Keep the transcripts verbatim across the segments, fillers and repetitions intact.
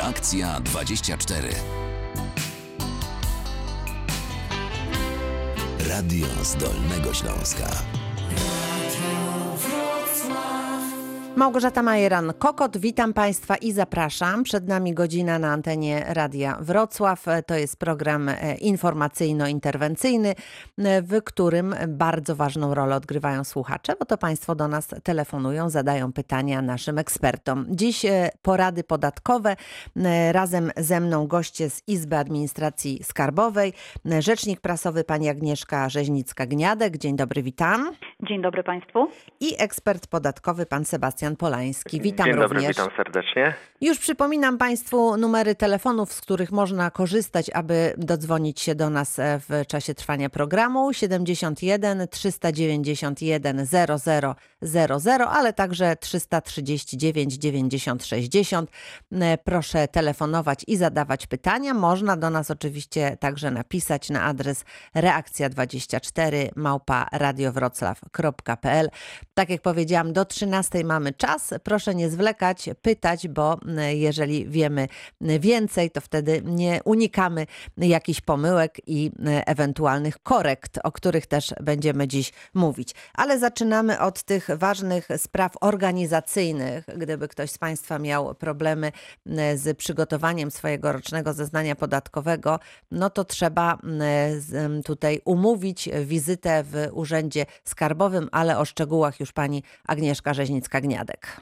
Reakcja dwadzieścia cztery. Radio z Dolnego Śląska. Małgorzata Majeran-Kokot, witam Państwa i zapraszam. Przed nami godzina na antenie Radia Wrocław. To jest program informacyjno-interwencyjny, w którym bardzo ważną rolę odgrywają słuchacze, bo to Państwo do nas telefonują, zadają pytania naszym ekspertom. Dziś porady podatkowe. Razem ze mną goście z Izby Administracji Skarbowej, rzecznik prasowy pani Agnieszka Rzeźnicka-Gniadek. Dzień dobry, witam. Dzień dobry Państwu. I ekspert podatkowy pan Sebastian Polański. Witam Dzień dobry, również. witam serdecznie. Już przypominam Państwu numery telefonów, z których można korzystać, aby dodzwonić się do nas w czasie trwania programu. siedemdziesiąt jeden trzysta dziewięćdziesiąt jeden zero zero zero zero, ale także trzysta trzydzieści dziewięć dziewięćdziesiąt sześćdziesiąt. Proszę telefonować i zadawać pytania. Można do nas oczywiście także napisać na adres reakcja dwadzieścia cztery małpa radiowroclaw kropka p l. Tak jak powiedziałam, do trzynastej mamy czas. Proszę nie zwlekać, pytać, bo jeżeli wiemy więcej, to wtedy nie unikamy jakichś pomyłek i ewentualnych korekt, o których też będziemy dziś mówić. Ale zaczynamy od tych ważnych spraw organizacyjnych. Gdyby ktoś z Państwa miał problemy z przygotowaniem swojego rocznego zeznania podatkowego, no to trzeba tutaj umówić wizytę w Urzędzie Skarbowym, ale o szczegółach już pani Agnieszka Rzeźnicka-Gniadek.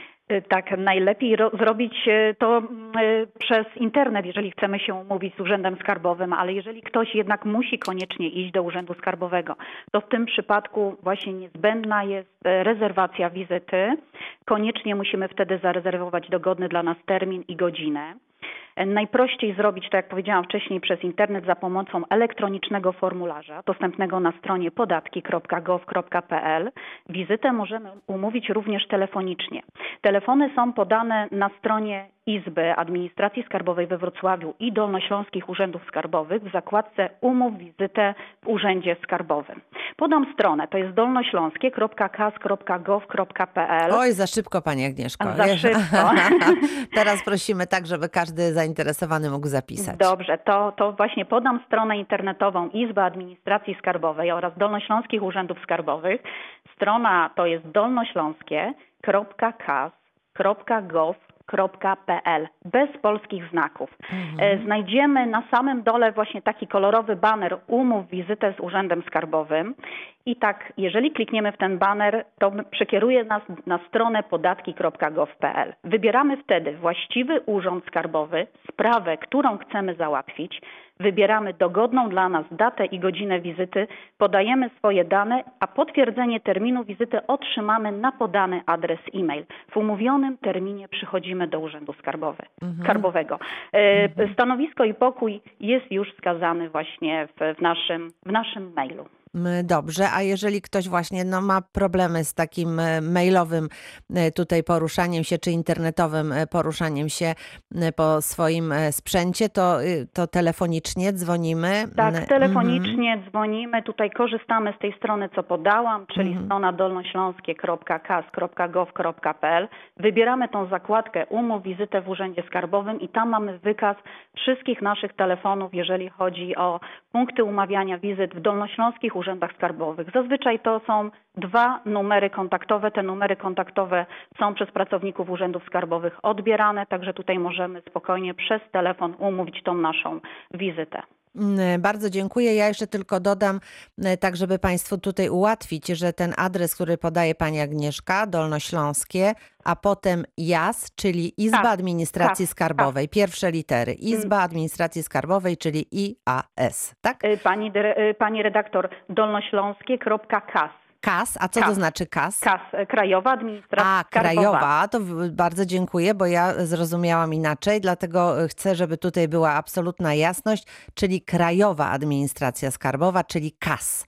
Tak, najlepiej ro- zrobić to y, przez internet, jeżeli chcemy się umówić z Urzędem Skarbowym, ale jeżeli ktoś jednak musi koniecznie iść do Urzędu Skarbowego, to w tym przypadku właśnie niezbędna jest rezerwacja wizyty. Koniecznie musimy wtedy zarezerwować dogodny dla nas termin i godzinę. Najprościej zrobić to, jak powiedziałam wcześniej, przez internet za pomocą elektronicznego formularza dostępnego na stronie podatki kropka gov kropka p l. Wizytę możemy umówić również telefonicznie. Telefony są podane na stronie Izby Administracji Skarbowej we Wrocławiu i Dolnośląskich Urzędów Skarbowych w zakładce Umów wizytę w Urzędzie Skarbowym. Podam stronę, to jest dolnośląskie kropka kas kropka gov kropka p l. Oj, za szybko pani Agnieszko. Za szybko. Teraz prosimy tak, żeby każdy zainteresowany mógł zapisać. Dobrze, to, to właśnie podam stronę internetową Izby Administracji Skarbowej oraz Dolnośląskich Urzędów Skarbowych. Strona to jest dolnośląskie kropka kas kropka gov kropka p l bez polskich znaków. Mhm. Znajdziemy na samym dole właśnie taki kolorowy baner umów wizytę z Urzędem Skarbowym i tak, jeżeli klikniemy w ten baner, to przekieruje nas na stronę podatki kropka gov kropka p l. Wybieramy wtedy właściwy urząd skarbowy, sprawę, którą chcemy załatwić. Wybieramy dogodną dla nas datę i godzinę wizyty, podajemy swoje dane, a potwierdzenie terminu wizyty otrzymamy na podany adres e-mail. W umówionym terminie przychodzimy do Urzędu Skarbowy, mhm. Skarbowego. E, stanowisko i pokój jest już wskazany właśnie w, w, naszym, w naszym mailu. Dobrze, a jeżeli ktoś właśnie no, ma problemy z takim mailowym tutaj poruszaniem się, czy internetowym poruszaniem się po swoim sprzęcie, to, to telefonicznie dzwonimy? Tak, telefonicznie mhm. dzwonimy. Tutaj korzystamy z tej strony, co podałam, czyli mhm. strona dolnośląskie kropka kas kropka gov kropka p l. Wybieramy tą zakładkę umów wizytę w Urzędzie Skarbowym i tam mamy wykaz wszystkich naszych telefonów, jeżeli chodzi o punkty umawiania wizyt w dolnośląskich urzędach skarbowych. Zazwyczaj to są dwa numery kontaktowe. Te numery kontaktowe są przez pracowników urzędów skarbowych odbierane, także tutaj możemy spokojnie przez telefon umówić tą naszą wizytę. Bardzo dziękuję. Ja jeszcze tylko dodam, tak żeby Państwu tutaj ułatwić, że ten adres, który podaje pani Agnieszka, Dolnośląskie, a potem JAS, czyli Izba tak, Administracji tak, Skarbowej, tak. Pierwsze litery. Izba Administracji Skarbowej, czyli I A S, tak? Pani, pani redaktor, dolnośląskie kropka kas. Kas, a co Kas. to znaczy kas? Kas, Krajowa Administracja A, Skarbowa. Krajowa, to bardzo dziękuję, bo ja zrozumiałam inaczej, dlatego chcę, żeby tutaj była absolutna jasność, czyli Krajowa Administracja Skarbowa, czyli kas.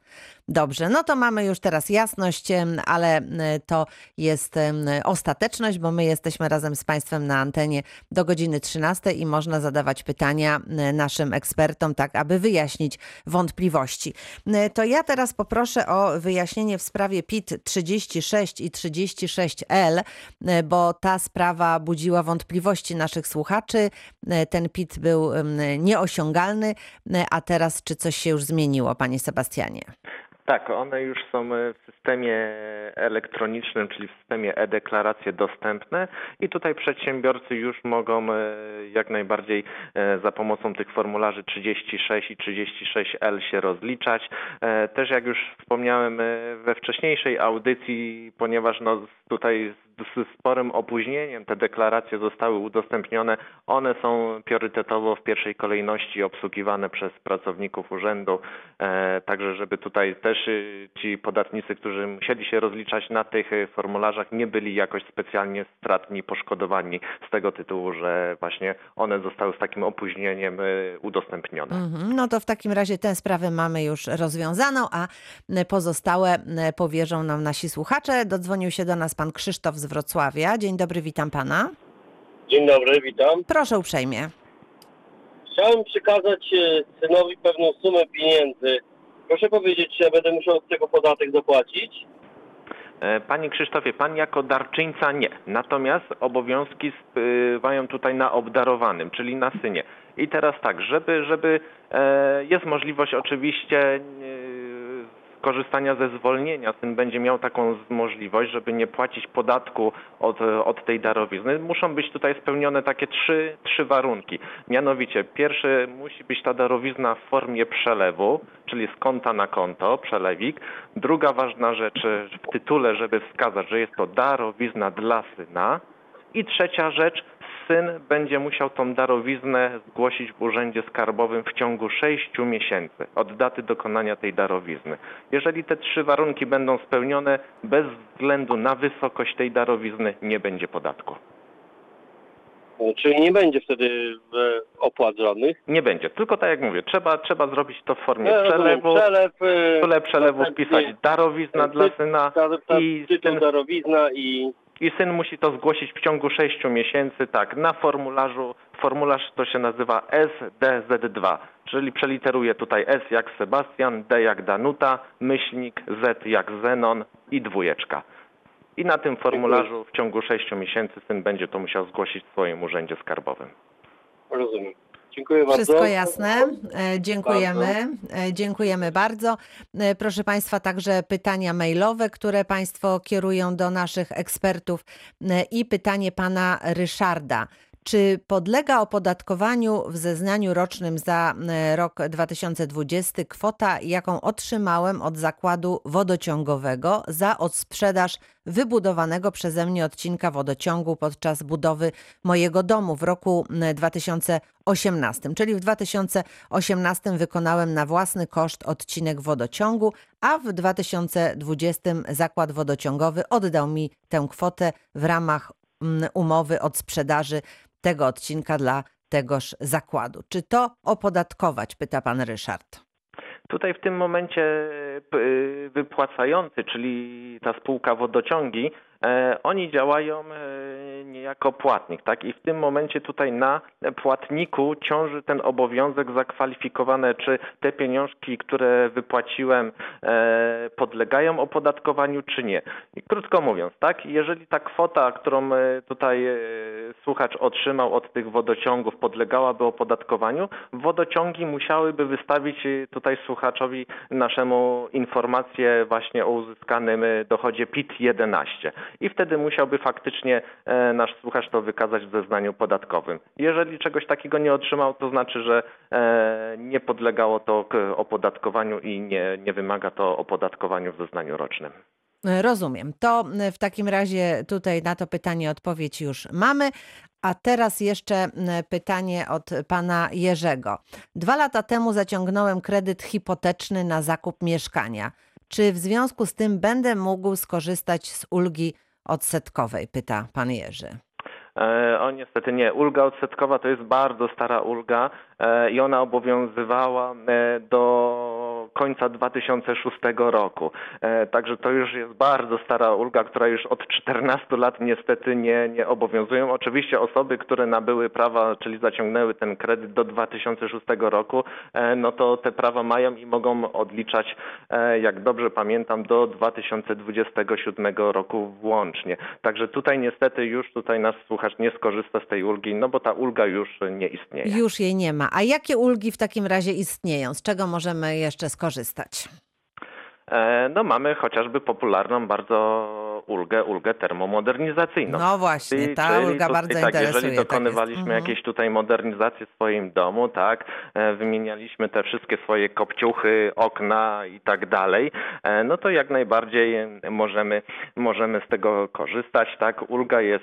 Dobrze, no to mamy już teraz jasność, em, ale e, to jest em, ostateczność, bo my jesteśmy razem z Państwem na antenie do godziny trzynastej i można zadawać pytania e, naszym ekspertom, tak aby wyjaśnić wątpliwości. E, To ja teraz poproszę o wyjaśnienie w sprawie P I T trzydzieści sześć i trzydzieści sześć L, e, bo ta sprawa budziła wątpliwości naszych słuchaczy. E, Ten P I T był em, nieosiągalny, e, a teraz czy coś się już zmieniło, panie Sebastianie? Tak, one już są w systemie elektronicznym, czyli w systemie e-deklaracje dostępne i tutaj przedsiębiorcy już mogą e, jak najbardziej e, za pomocą tych formularzy trzydzieści sześć i trzydzieści sześć L się rozliczać. E, Też jak już wspomniałem e, we wcześniejszej audycji, ponieważ no tutaj z sporym opóźnieniem te deklaracje zostały udostępnione, one są priorytetowo w pierwszej kolejności obsługiwane przez pracowników urzędu, e, także żeby tutaj też y, ci podatnicy, którzy musieli się rozliczać na tych y, formularzach, nie byli jakoś specjalnie stratni, poszkodowani z tego tytułu, że właśnie one zostały z takim opóźnieniem y, udostępnione. Mhm. No to w takim razie tę sprawę mamy już rozwiązaną, a pozostałe powierzą nam nasi słuchacze. Dodzwonił się do nas pan Krzysztof z Wrocławia. Dzień dobry, witam pana. Dzień dobry, witam. Proszę uprzejmie. Chciałem przekazać e, synowi pewną sumę pieniędzy. Proszę powiedzieć, czy ja będę musiał od tego podatek zapłacić? E, Panie Krzysztofie, pan jako darczyńca nie, natomiast obowiązki spływają tutaj na obdarowanym, czyli na synie. I teraz tak, żeby, żeby e, jest możliwość oczywiście e, korzystania ze zwolnienia, syn będzie miał taką możliwość, żeby nie płacić podatku od, od tej darowizny. Muszą być tutaj spełnione takie trzy, trzy warunki. Mianowicie pierwszy musi być ta darowizna w formie przelewu, czyli z konta na konto, przelewik. Druga ważna rzecz w tytule, żeby wskazać, że jest to darowizna dla syna. I trzecia rzecz, syn będzie musiał tą darowiznę zgłosić w Urzędzie Skarbowym w ciągu sześciu miesięcy od daty dokonania tej darowizny. Jeżeli te trzy warunki będą spełnione, bez względu na wysokość tej darowizny nie będzie podatku. Czyli nie będzie wtedy e, opłat żadnych? Nie będzie, tylko tak jak mówię, trzeba, trzeba zrobić to w formie Ja rozumiem, przelewu, Przelew, w tytule przelewu tak, wpisać nie. darowizna dla syna ta, ta, i tytuł syn, darowizna i... i syn musi to zgłosić w ciągu sześciu miesięcy, tak, na formularzu. Formularz to się nazywa S D Z dwa, czyli przeliteruję tutaj S jak Sebastian, D jak Danuta, myślnik, Z jak Zenon i dwójeczka. I na tym formularzu w ciągu sześciu miesięcy syn będzie to musiał zgłosić w swoim urzędzie skarbowym. Rozumiem. Dziękuję bardzo. Wszystko jasne. E, Dziękujemy. E, Dziękujemy bardzo. E, Proszę Państwa, także pytania mailowe, które Państwo kierują do naszych ekspertów e, i pytanie pana Ryszarda. Czy podlega opodatkowaniu w zeznaniu rocznym za e, rok dwa tysiące dwudziesty kwota, jaką otrzymałem od zakładu wodociągowego za odsprzedaż wybudowanego przeze mnie odcinka wodociągu podczas budowy mojego domu w roku e, dwa tysiące osiemnastym? Czyli w dwa tysiące osiemnastym wykonałem na własny koszt odcinek wodociągu, a w dwa tysiące dwudziestym zakład wodociągowy oddał mi tę kwotę w ramach mm, umowy odsprzedaży tego odcinka dla tegoż zakładu. Czy to opodatkować, pyta pan Ryszard. Tutaj w tym momencie y, wypłacający, czyli ta spółka Wodociągi, e, oni działają e, niejako płatnik, tak? I w tym momencie tutaj na płatniku ciąży ten obowiązek zakwalifikowane, czy te pieniążki, które wypłaciłem, e, podlegają opodatkowaniu, czy nie. I krótko mówiąc, tak? Jeżeli ta kwota, którą e, tutaj e, słuchacz otrzymał od tych wodociągów, podlegałaby opodatkowaniu, wodociągi musiałyby wystawić tutaj słuchaczowi naszemu informację właśnie o uzyskanym dochodzie P I T jedenaście. I wtedy musiałby faktycznie e, nasz słuchacz to wykazać w zeznaniu podatkowym. Jeżeli czegoś takiego nie otrzymał, to znaczy, że e, nie podlegało to k- opodatkowaniu i nie, nie wymaga to opodatkowaniu w zeznaniu rocznym. Rozumiem. To w takim razie tutaj na to pytanie odpowiedź już mamy. A teraz jeszcze pytanie od pana Jerzego. Dwa lata temu zaciągnąłem kredyt hipoteczny na zakup mieszkania. Czy w związku z tym będę mógł skorzystać z ulgi odsetkowej? Pyta pan Jerzy. E, o niestety nie. Ulga odsetkowa to jest bardzo stara ulga e, i ona obowiązywała e, do końca dwa tysiące szóstego roku. Także to już jest bardzo stara ulga, która już od czternastu lat niestety nie, nie obowiązują. Oczywiście osoby, które nabyły prawa, czyli zaciągnęły ten kredyt do dwa tysiące szóstego roku, no to te prawa mają i mogą odliczać, jak dobrze pamiętam, do dwa tysiące dwudziestego siódmego roku włącznie. Także tutaj niestety już tutaj nasz słuchacz nie skorzysta z tej ulgi, no bo ta ulga już nie istnieje. Już jej nie ma. A jakie ulgi w takim razie istnieją? Z czego możemy jeszcze skorzystać? No mamy chociażby popularną bardzo ulgę, ulgę termomodernizacyjną. No właśnie, ta czyli ulga tutaj, bardzo tak, interesuje. Jeżeli dokonywaliśmy tak jakieś tutaj modernizacje w swoim domu, tak, wymienialiśmy te wszystkie swoje kopciuchy, okna i tak dalej, no to jak najbardziej możemy, możemy z tego korzystać, tak. Ulga jest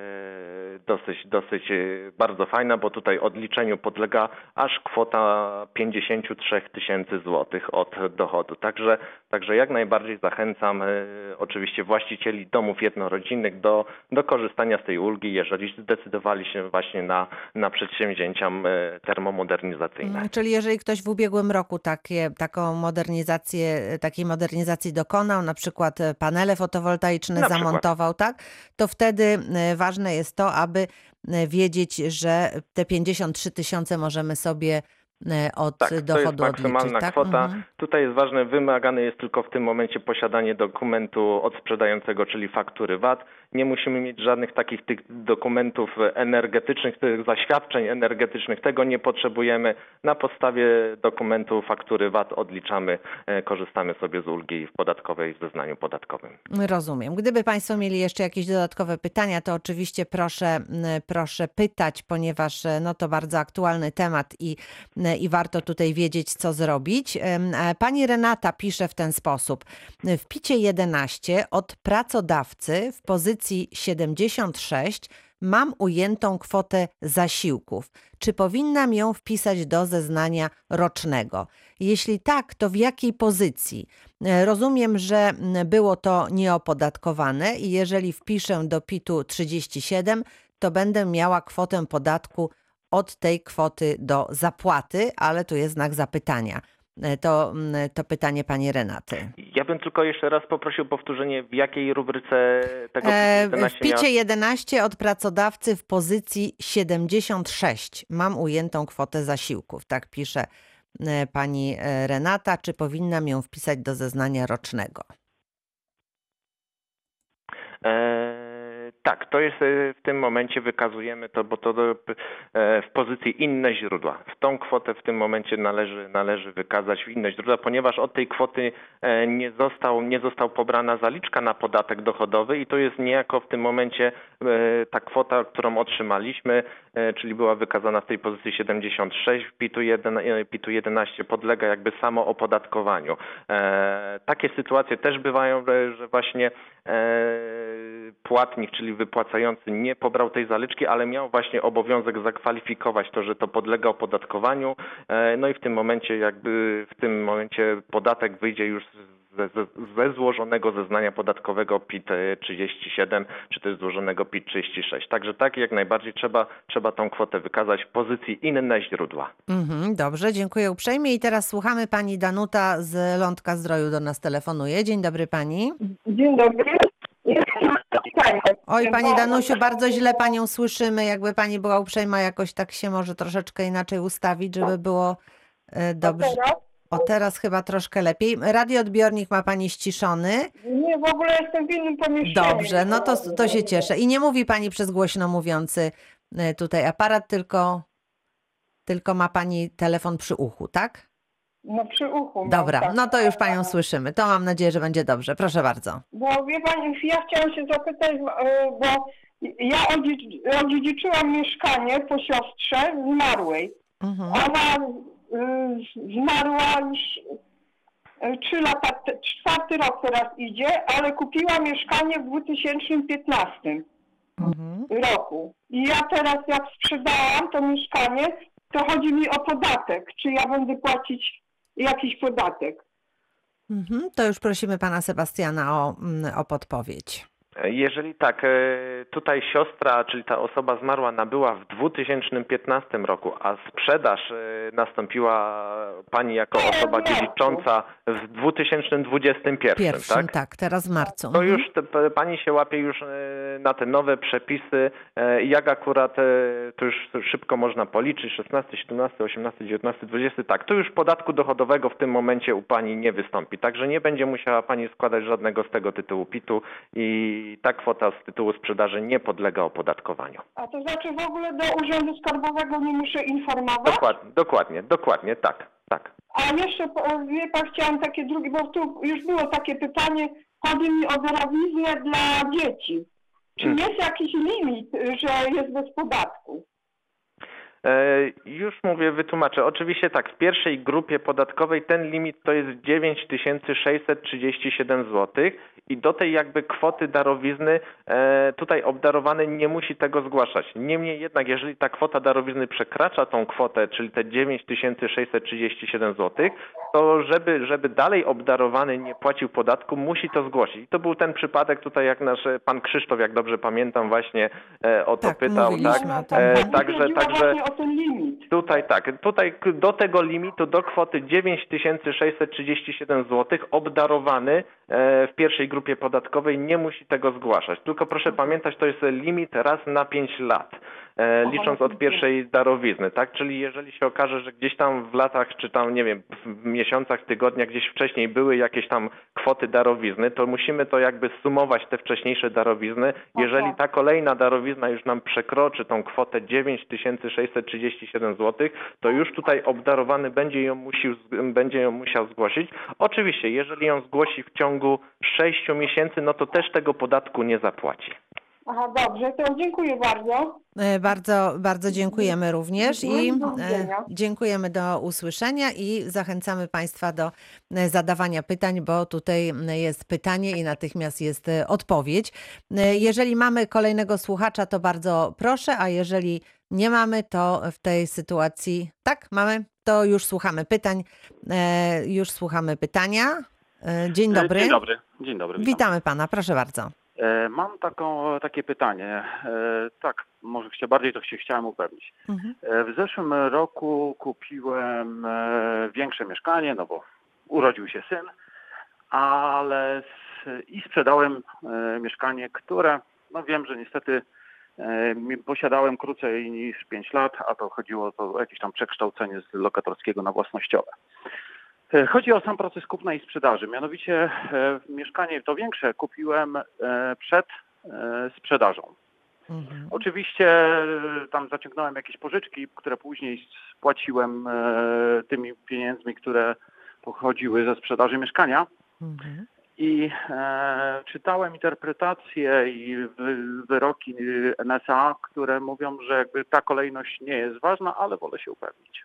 dosyć, dosyć bardzo fajna, bo tutaj odliczeniu podlega aż kwota pięćdziesiąt trzy tysiące złotych od dochodu. Także, także jak najbardziej zachęcam oczywiście właścicieli domów jednorodzinnych do, do korzystania z tej ulgi, jeżeli zdecydowali się właśnie na, na przedsięwzięcia termomodernizacyjne. Czyli jeżeli ktoś w ubiegłym roku takie, taką modernizację, takiej modernizacji dokonał, na przykład panele fotowoltaiczne Na zamontował, tak, to wtedy ważne jest to, aby wiedzieć, że te pięćdziesiąt trzy tysiące możemy sobie od tak, dochodu to jest maksymalna odliczyć, tak? kwota. Mhm. Tutaj jest ważne, wymagane jest tylko w tym momencie posiadanie dokumentu od sprzedającego, czyli faktury V A T. Nie musimy mieć żadnych takich tych dokumentów energetycznych, tych zaświadczeń energetycznych. Tego nie potrzebujemy. Na podstawie dokumentu faktury V A T odliczamy, korzystamy sobie z ulgi podatkowej w zeznaniu podatkowym. Rozumiem. Gdyby Państwo mieli jeszcze jakieś dodatkowe pytania, to oczywiście proszę, proszę pytać, ponieważ no to bardzo aktualny temat i i warto tutaj wiedzieć, co zrobić. Pani Renata pisze w ten sposób. W picie jedenaście od pracodawcy w pozycji siedemdziesiąt sześć mam ujętą kwotę zasiłków. Czy powinnam ją wpisać do zeznania rocznego? Jeśli tak, to w jakiej pozycji? Rozumiem, że było to nieopodatkowane i jeżeli wpiszę do pitu trzydzieści siedem, to będę miała kwotę podatku od tej kwoty do zapłaty, ale tu jest znak zapytania. To, to pytanie pani Renaty. Ja bym tylko jeszcze raz poprosił o powtórzenie, w jakiej rubryce tego e, jedenaście W picie miała... jedenaście od pracodawcy w pozycji siedemdziesiąt sześć mam ujętą kwotę zasiłków. Tak pisze pani Renata. Czy powinnam ją wpisać do zeznania rocznego? E... Tak, to jest w tym momencie wykazujemy to, bo to w pozycji inne źródła. W tą kwotę w tym momencie należy, należy wykazać w inne źródła, ponieważ od tej kwoty nie został, nie został pobrana zaliczka na podatek dochodowy i to jest niejako w tym momencie ta kwota, którą otrzymaliśmy, czyli była wykazana w tej pozycji siedemdziesiąt sześć, w pitu jedenaście podlega jakby samo opodatkowaniu. Takie sytuacje też bywają, że właśnie płatnik, czyli wypłacający nie pobrał tej zaliczki, ale miał właśnie obowiązek zakwalifikować to, że to podlega opodatkowaniu. No i w tym momencie jakby w tym momencie podatek wyjdzie już ze, ze, ze złożonego zeznania podatkowego PIT trzydzieści siedem, czy też złożonego PIT trzydzieści sześć. Także tak jak najbardziej trzeba, trzeba tą kwotę wykazać w pozycji inne źródła. Mhm, dobrze, dziękuję uprzejmie. I teraz słuchamy pani Danuta z Lądka Zdroju do nas telefonuje. Dzień dobry pani. Dzień dobry. Oj, pani Danusiu, bardzo źle panią słyszymy. Jakby pani była uprzejma jakoś tak się może troszeczkę inaczej ustawić, żeby było dobrze. O, teraz chyba troszkę lepiej. Radioodbiornik ma pani ściszony. Nie, w ogóle jestem w innym pomieszczeniu. Dobrze, no to, to się cieszę. I nie mówi pani przez głośno mówiący tutaj aparat, tylko, tylko ma pani telefon przy uchu, tak? No przy uchu. Dobra, tak. no to już panią słyszymy. To mam nadzieję, że będzie dobrze. Proszę bardzo. Bo wie pani, ja chciałam się zapytać, bo ja odziedziczyłam mieszkanie po siostrze zmarłej. Mhm. Ona zmarła już trzy lata, czwarty rok teraz idzie, ale kupiła mieszkanie w dwa tysiące piętnastym mhm. roku. I ja teraz jak sprzedałam to mieszkanie, to chodzi mi o podatek. Czy ja będę płacić jakiś podatek? Mhm. To już prosimy pana Sebastiana o, o podpowiedź. Jeżeli tak, tutaj siostra, czyli ta osoba zmarła nabyła w dwa tysiące piętnastym roku, a sprzedaż nastąpiła pani jako osoba dziedzicząca w dwa tysiące dwudziestym pierwszym, Pierwszym, tak? tak, teraz w marcu. To Mhm. już te, pani się łapie już na te nowe przepisy, jak akurat to już szybko można policzyć, szesnasty, siedemnasty, osiemnasty, dziewiętnasty, dwudziesty, tak, to już podatku dochodowego w tym momencie u pani nie wystąpi, także nie będzie musiała pani składać żadnego z tego tytułu pitu i ta kwota z tytułu sprzedaży nie podlega opodatkowaniu. A to znaczy w ogóle do Urzędu Skarbowego nie muszę informować? Dokładnie, dokładnie, dokładnie, tak, tak. A jeszcze, wie pan, chciałam takie drugie, bo tu już było takie pytanie, chodzi mi o darowiznę dla dzieci. Czy Hmm. jest jakiś limit, że jest bez podatku? Już mówię, wytłumaczę. Oczywiście tak, w pierwszej grupie podatkowej ten limit to jest dziewięć tysięcy sześćset trzydzieści siedem złotych i do tej jakby kwoty darowizny tutaj obdarowany nie musi tego zgłaszać. Niemniej jednak, jeżeli ta kwota darowizny przekracza tą kwotę, czyli te dziewięć tysięcy sześćset trzydzieści siedem złotych, to żeby, żeby dalej obdarowany nie płacił podatku, musi to zgłosić. I to był ten przypadek tutaj, jak nasz pan Krzysztof, jak dobrze pamiętam, właśnie o to Tak, pytał. mówiliśmy Tak? o tym. E, Pani Także, chodziła także właśnie o ten limit. tutaj tak, tutaj do tego limitu, do kwoty dziewięć tysięcy sześćset trzydzieści siedem złotych obdarowany w pierwszej grupie podatkowej nie musi tego zgłaszać. Tylko proszę pamiętać, to jest limit raz na pięć lat. Licząc od pierwszej darowizny, tak? Czyli jeżeli się okaże, że gdzieś tam w latach, czy tam, nie wiem, w miesiącach, tygodniach, gdzieś wcześniej były jakieś tam kwoty darowizny, to musimy to jakby sumować te wcześniejsze darowizny. Jeżeli ta kolejna darowizna już nam przekroczy tą kwotę dziewięć tysięcy sześćset trzydzieści siedem złotych, to już tutaj obdarowany będzie ją, musił, będzie ją musiał zgłosić. Oczywiście, jeżeli ją zgłosi w ciągu sześciu miesięcy, no to też tego podatku nie zapłaci. Aha, dobrze, to dziękuję bardzo. Bardzo, bardzo dziękujemy również i Do widzenia. dziękujemy, do usłyszenia i zachęcamy Państwa do zadawania pytań, bo tutaj jest pytanie i natychmiast jest odpowiedź. Jeżeli mamy kolejnego słuchacza, to bardzo proszę, a jeżeli nie mamy, to w tej sytuacji, tak, mamy, to już słuchamy pytań, już słuchamy pytania. Dzień dobry. Dzień dobry. Dzień dobry. Witam. Witamy Pana, proszę bardzo. Mam taką, takie pytanie. Tak, może się bardziej to się chciałem upewnić. Mhm. W zeszłym roku kupiłem większe mieszkanie, no bo urodził się syn, ale i sprzedałem mieszkanie, które, no wiem, że niestety posiadałem krócej niż pięć lat, a to chodziło o jakieś tam przekształcenie z lokatorskiego na własnościowe. Chodzi o sam proces kupna i sprzedaży. Mianowicie mieszkanie to większe kupiłem przed sprzedażą. Mhm. Oczywiście tam zaciągnąłem jakieś pożyczki, które później spłaciłem tymi pieniędzmi, które pochodziły ze sprzedaży mieszkania. Mhm. I e, czytałem interpretacje i wyroki N S A, które mówią, że jakby ta kolejność nie jest ważna, ale wolę się upewnić.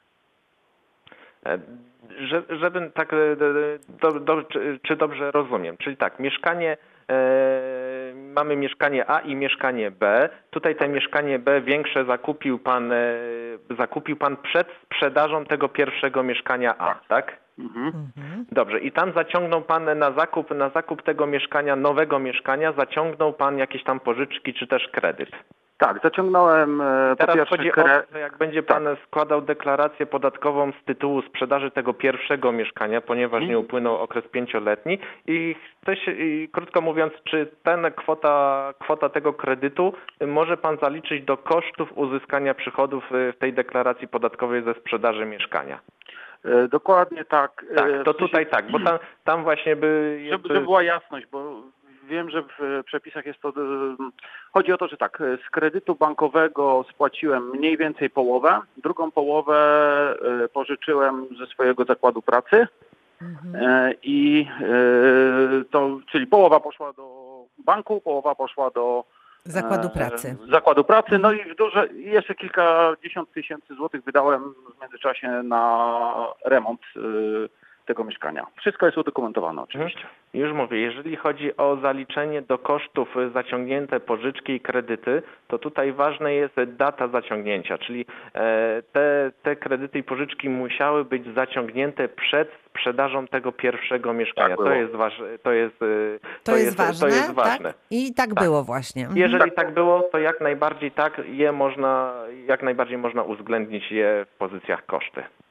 Że, żebym tak, do, do, czy, czy dobrze rozumiem, czyli tak, mieszkanie, e, mamy mieszkanie A i mieszkanie B, tutaj te mieszkanie B większe zakupił pan, e, zakupił pan przed sprzedażą tego pierwszego mieszkania A, tak? Mhm. Dobrze, i tam zaciągnął pan na zakup, na zakup tego mieszkania, nowego mieszkania, zaciągnął pan jakieś tam pożyczki czy też kredyt? Tak, zaciągnąłem po Teraz pierwsze chodzi kre... o to, że jak będzie pan tak. składał deklarację podatkową z tytułu sprzedaży tego pierwszego mieszkania, ponieważ hmm. nie upłynął okres pięcioletni i chce się, i krótko mówiąc, czy ten kwota, kwota tego kredytu może pan zaliczyć do kosztów uzyskania przychodów w tej deklaracji podatkowej ze sprzedaży mieszkania? Dokładnie tak. Tak, to tutaj tak, bo tam, tam właśnie by... Żeby, żeby była jasność, bo wiem, że w przepisach jest to... Chodzi o to, że tak, z kredytu bankowego spłaciłem mniej więcej połowę, drugą połowę pożyczyłem ze swojego zakładu pracy mhm. i to, czyli połowa poszła do banku, połowa poszła do Zakładu pracy. Zakładu pracy, no i w duże, jeszcze kilkadziesiąt tysięcy złotych wydałem w międzyczasie na remont tego mieszkania. Wszystko jest udokumentowane oczywiście. Mhm. Już mówię, jeżeli chodzi o zaliczenie do kosztów zaciągnięte pożyczki i kredyty, to tutaj ważna jest data zaciągnięcia, czyli te, te kredyty i pożyczki musiały być zaciągnięte przed sprzedażą tego pierwszego mieszkania. Tak to, jest waż, to, jest, to, to, jest, jest ważne, to jest ważne. Tak? I tak, tak było właśnie. Jeżeli tak było, to jak najbardziej tak je można, jak najbardziej można uwzględnić je w pozycjach koszty.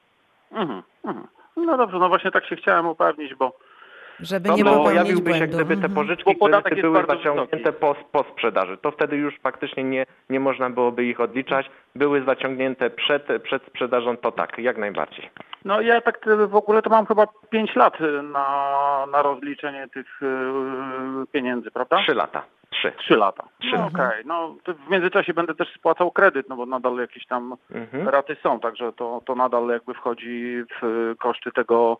Mhm, mhm. No dobrze, no właśnie tak się chciałem upewnić, bo Żeby No nie bo popełnić pojawiłby się, błędu. gdyby te Mhm. pożyczki, Bo podatek kredyty jest były bardzo zaciągnięte po, po sprzedaży. To wtedy już faktycznie nie, nie można byłoby ich odliczać. Były zaciągnięte przed, przed sprzedażą, to tak, jak najbardziej. no ja tak w ogóle to mam chyba pięć lat na, na rozliczenie tych yy, pieniędzy, prawda? Trzy lata. Trzy. Trzy lata. Trzy. No okej, no to w międzyczasie będę też spłacał kredyt, no bo nadal jakieś tam Mhm. raty są, także to, to nadal jakby wchodzi w koszty tego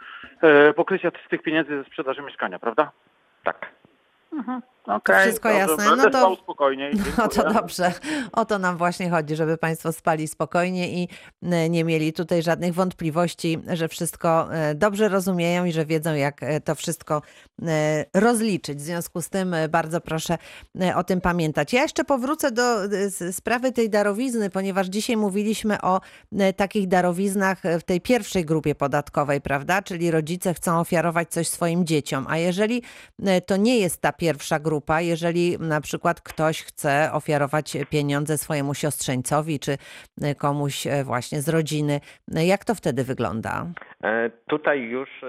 e, pokrycia z tych pieniędzy ze sprzedaży mieszkania, prawda? Tak. Mhm. Okej, wszystko dobrze, jasne. Będę No to- spał spokojniej. No to dziękuję. dobrze. O to nam właśnie chodzi, żeby Państwo spali spokojnie i e, nie mieli tutaj żadnych wątpliwości, że wszystko e, dobrze rozumieją i że wiedzą, jak e, to wszystko e, rozliczyć. W związku z tym e, bardzo proszę e, o tym pamiętać. Ja jeszcze powrócę do e, s- sprawy tej darowizny, ponieważ dzisiaj mówiliśmy o e, takich darowiznach e, w tej pierwszej grupie podatkowej, prawda? Czyli rodzice chcą ofiarować coś swoim dzieciom. A jeżeli e, to nie jest ta pierwsza grupa, jeżeli na przykład ktoś chce ofiarować pieniądze swojemu siostrzeńcowi czy e, komuś e, właśnie z rodziny, e, jak to wtedy wygląda? E, Tutaj już e,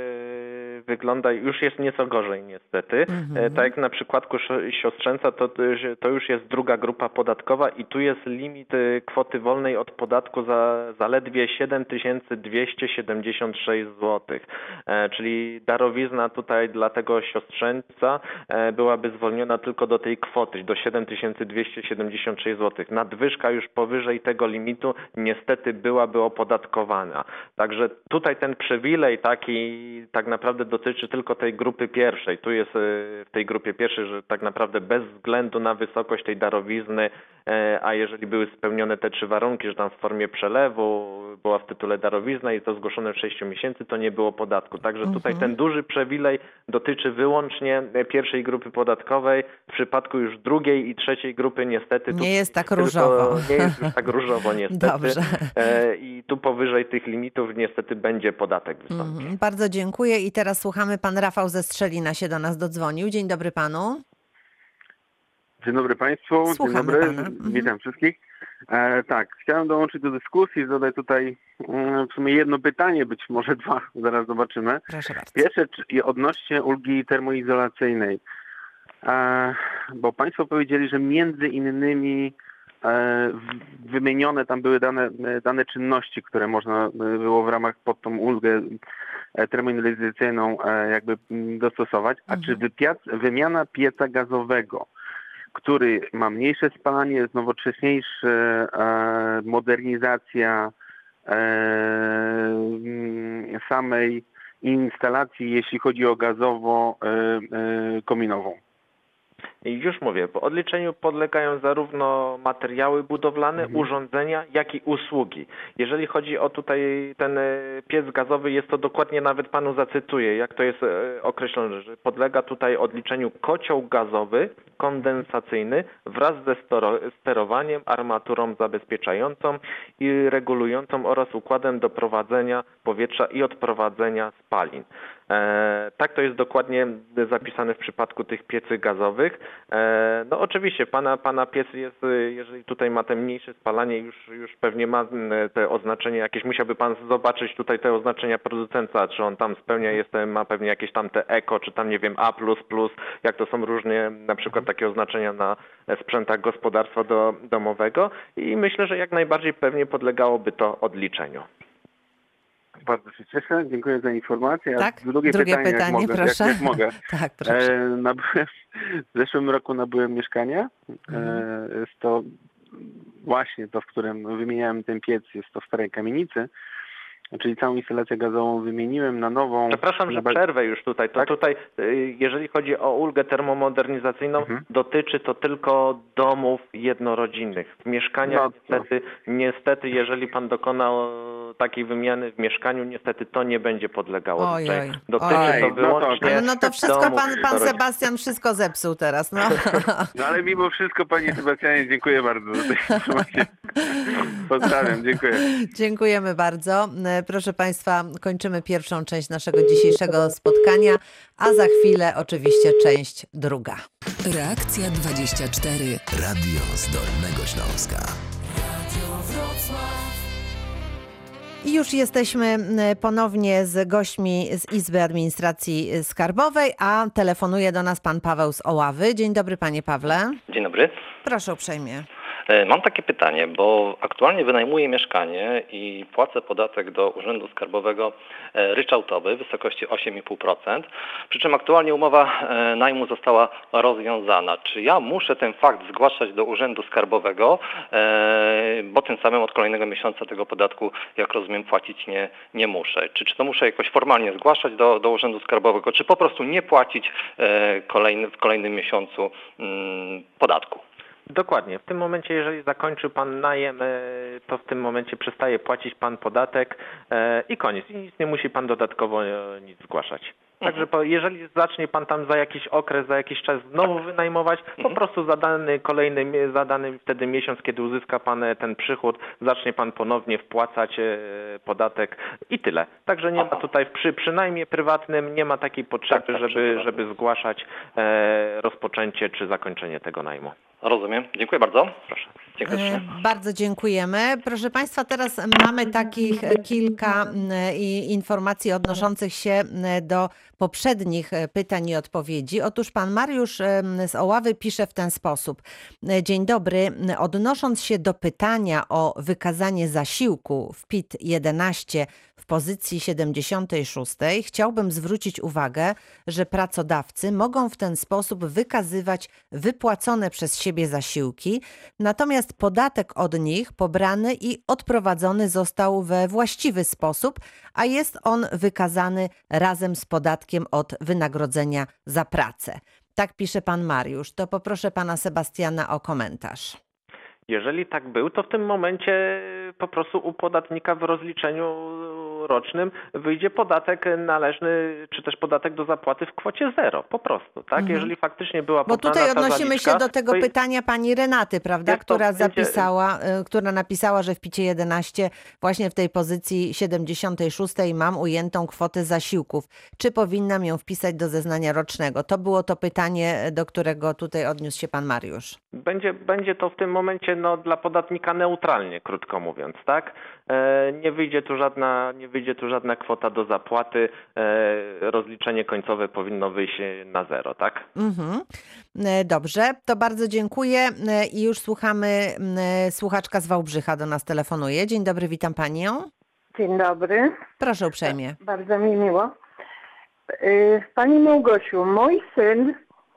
wygląda, już jest nieco gorzej niestety. E, Tak jak na przypadku sz- siostrzeńca, to, to już jest druga grupa podatkowa i tu jest limit e, kwoty wolnej od podatku za zaledwie siedem tysięcy dwieście siedemdziesiąt sześć złotych. E, Czyli darowizna tutaj dla tego siostrzeńca e, byłaby zwolniona tylko do tej kwoty, do siedem tysięcy dwieście siedemdziesiąt sześć złotych. Nadwyżka już powyżej tego limitu niestety byłaby opodatkowana. Także tutaj ten przywilej taki tak naprawdę dotyczy tylko tej grupy pierwszej. Tu jest e, w tej grupie pierwszej, że tak naprawdę bez względu na wysokość tej darowizny, e, a jeżeli były spełnione te trzy warunki, że tam w formie przelewu była w tytule darowizna i to zgłoszone w sześciu miesięcy, to nie było podatku. Także tutaj ten duży przywilej dotyczy wyłącznie pierwszej grupy podatkowej. W przypadku już drugiej i trzeciej grupy niestety... tu Nie jest tak tylko- różowo. Nie jest już tak różowo niestety. Dobrze. E, I tu powyżej tych limitów niestety będzie podatek wystąpić. Mhm, bardzo dziękuję i teraz słuchamy. Pan Rafał ze Strzelina się do nas dodzwonił. Dzień dobry panu. Dzień dobry Państwu, Słuchamy dzień dobry, pana. Mhm. witam wszystkich. E, tak, chciałem dołączyć do dyskusji, zadać tutaj mm, w sumie jedno pytanie, być może dwa, zaraz zobaczymy. Proszę bardzo. Pierwsze czy- i odnośnie ulgi termoizolacyjnej, e, bo Państwo powiedzieli, że między innymi e, w- wymienione tam były dane, dane czynności, które można e, było w ramach pod tą ulgę e, termoizolacyjną e, jakby mm, dostosować. A czy wypiac- wymiana pieca gazowego, który ma mniejsze spalanie, jest nowocześniejszy, e, modernizacja e, mm, samej instalacji, jeśli chodzi o gazowo-kominową. I już mówię, po odliczeniu podlegają zarówno materiały budowlane, urządzenia, jak i usługi. Jeżeli chodzi o tutaj ten e, piec gazowy, jest to dokładnie, nawet panu zacytuję, jak to jest e, określone, że podlega tutaj odliczeniu kocioł gazowy, kondensacyjny wraz ze stero- sterowaniem, armaturą zabezpieczającą i regulującą oraz układem doprowadzenia powietrza i odprowadzenia spalin. E, tak to jest dokładnie zapisane w przypadku tych piecy gazowych. E, no oczywiście pana, pana piec jest, e, jeżeli tutaj ma te mniejsze spalanie, już, już pewnie ma m, te oznaczenie jakieś, musiałby pan zobaczyć tutaj te oznaczenia producenta, czy on tam spełnia, jest, ma pewnie jakieś tam te eko, czy tam nie wiem A plus plus, jak to są różnie na przykład takie oznaczenia na sprzętach gospodarstwa do, domowego i myślę, że jak najbardziej pewnie podlegałoby to odliczeniu. Bardzo się cieszę, dziękuję za informację. A Tak? drugie, Drugie pytanie, pytanie, jak mogę. proszę. Jak, jak mogę. Tak, proszę. E, nabyłem, w zeszłym roku nabyłem mieszkanie. E, jest to właśnie to, w którym wymieniałem ten piec, jest to w Starej Kamienicy. Czyli całą instalację gazową wymieniłem na nową. Przepraszam, że na ba- przerwę już tutaj. To Tak? tutaj, y, jeżeli chodzi o ulgę termomodernizacyjną, Mhm. dotyczy to tylko domów jednorodzinnych. W mieszkaniach No to- niestety, niestety, jeżeli pan dokonał takiej wymiany w mieszkaniu, niestety to nie będzie podlegało Oj, odliczeniu. oj. Dotyczy Oj. to No to wyłącznie Ale no to wszystko domów pan, pan jednorodzinnych. Sebastian wszystko zepsuł teraz. No. No ale mimo wszystko, panie Sebastianie, dziękuję bardzo za tę informację. Pozdrawiam, dziękuję. Dziękujemy bardzo. E, Proszę Państwa, kończymy pierwszą część naszego dzisiejszego spotkania, a za chwilę oczywiście część druga. Reakcja dwadzieścia cztery. Radio z Dolnego Śląska. I już jesteśmy ponownie z gośćmi z Izby Administracji Skarbowej, a telefonuje do nas pan Paweł z Oławy. Dzień dobry, panie Pawle. Dzień dobry. Proszę uprzejmie. Mam takie pytanie, bo aktualnie wynajmuję mieszkanie i płacę podatek do Urzędu Skarbowego ryczałtowy w wysokości osiem i pół procent, przy czym aktualnie umowa najmu została rozwiązana. Czy ja muszę ten fakt zgłaszać do Urzędu Skarbowego, bo tym samym od kolejnego miesiąca tego podatku, jak rozumiem, płacić nie, nie muszę? Czy, czy to muszę jakoś formalnie zgłaszać do, do Urzędu Skarbowego, czy po prostu nie płacić kolejny, w kolejnym miesiącu podatku? Dokładnie. W tym momencie, jeżeli zakończy pan najem, to w tym momencie przestaje płacić pan podatek i koniec. I nic nie musi pan dodatkowo nic zgłaszać. Także po, jeżeli zacznie pan tam za jakiś okres, za jakiś czas znowu wynajmować, po prostu za dany kolejny, za dany wtedy miesiąc, kiedy uzyska pan ten przychód, zacznie pan ponownie wpłacać podatek i tyle. Także nie ma tutaj przy przynajmniej prywatnym nie ma takiej potrzeby, tak, tak, żeby, żeby zgłaszać e, rozpoczęcie czy zakończenie tego najmu. Rozumiem. Dziękuję bardzo. Proszę. Dziękuję. Bardzo dziękujemy. Proszę państwa, teraz mamy takich kilka informacji odnoszących się do poprzednich pytań i odpowiedzi. Otóż pan Mariusz z Oławy pisze w ten sposób. Dzień dobry. Odnosząc się do pytania o wykazanie zasiłku w P I T jedenaście w pozycji siedemdziesiątej szóstej, chciałbym zwrócić uwagę, że pracodawcy mogą w ten sposób wykazywać wypłacone przez siebie zasiłki, natomiast podatek od nich pobrany i odprowadzony został we właściwy sposób, a jest on wykazany razem z podatkiem od wynagrodzenia za pracę. Tak pisze pan Mariusz. To poproszę pana Sebastiana o komentarz. Jeżeli tak był, to w tym momencie po prostu u podatnika w rozliczeniu rocznym wyjdzie podatek należny, czy też podatek do zapłaty w kwocie zero, po prostu, tak? Mhm. Jeżeli faktycznie była Bo pobrana tutaj ta odnosimy zaliczka, się do tego to... pytania pani Renaty, prawda, która będzie... zapisała, która napisała, że w P I T jedenaście właśnie w tej pozycji siedemdziesiątej szóstej mam ujętą kwotę zasiłków. Czy powinnam ją wpisać do zeznania rocznego? To było to pytanie, do którego tutaj odniósł się pan Mariusz. Będzie, będzie to w tym momencie no, dla podatnika neutralnie, krótko mówiąc, tak? E, nie wyjdzie tu żadna, nie wyjdzie tu żadna kwota do zapłaty. E, rozliczenie końcowe powinno wyjść na zero, tak? Mhm. Dobrze, to bardzo dziękuję i już słuchamy, słuchaczka z Wałbrzycha do nas telefonuje. Dzień dobry, witam panią. Dzień dobry. Proszę uprzejmie. Bardzo mi miło. Pani Małgosiu, mój syn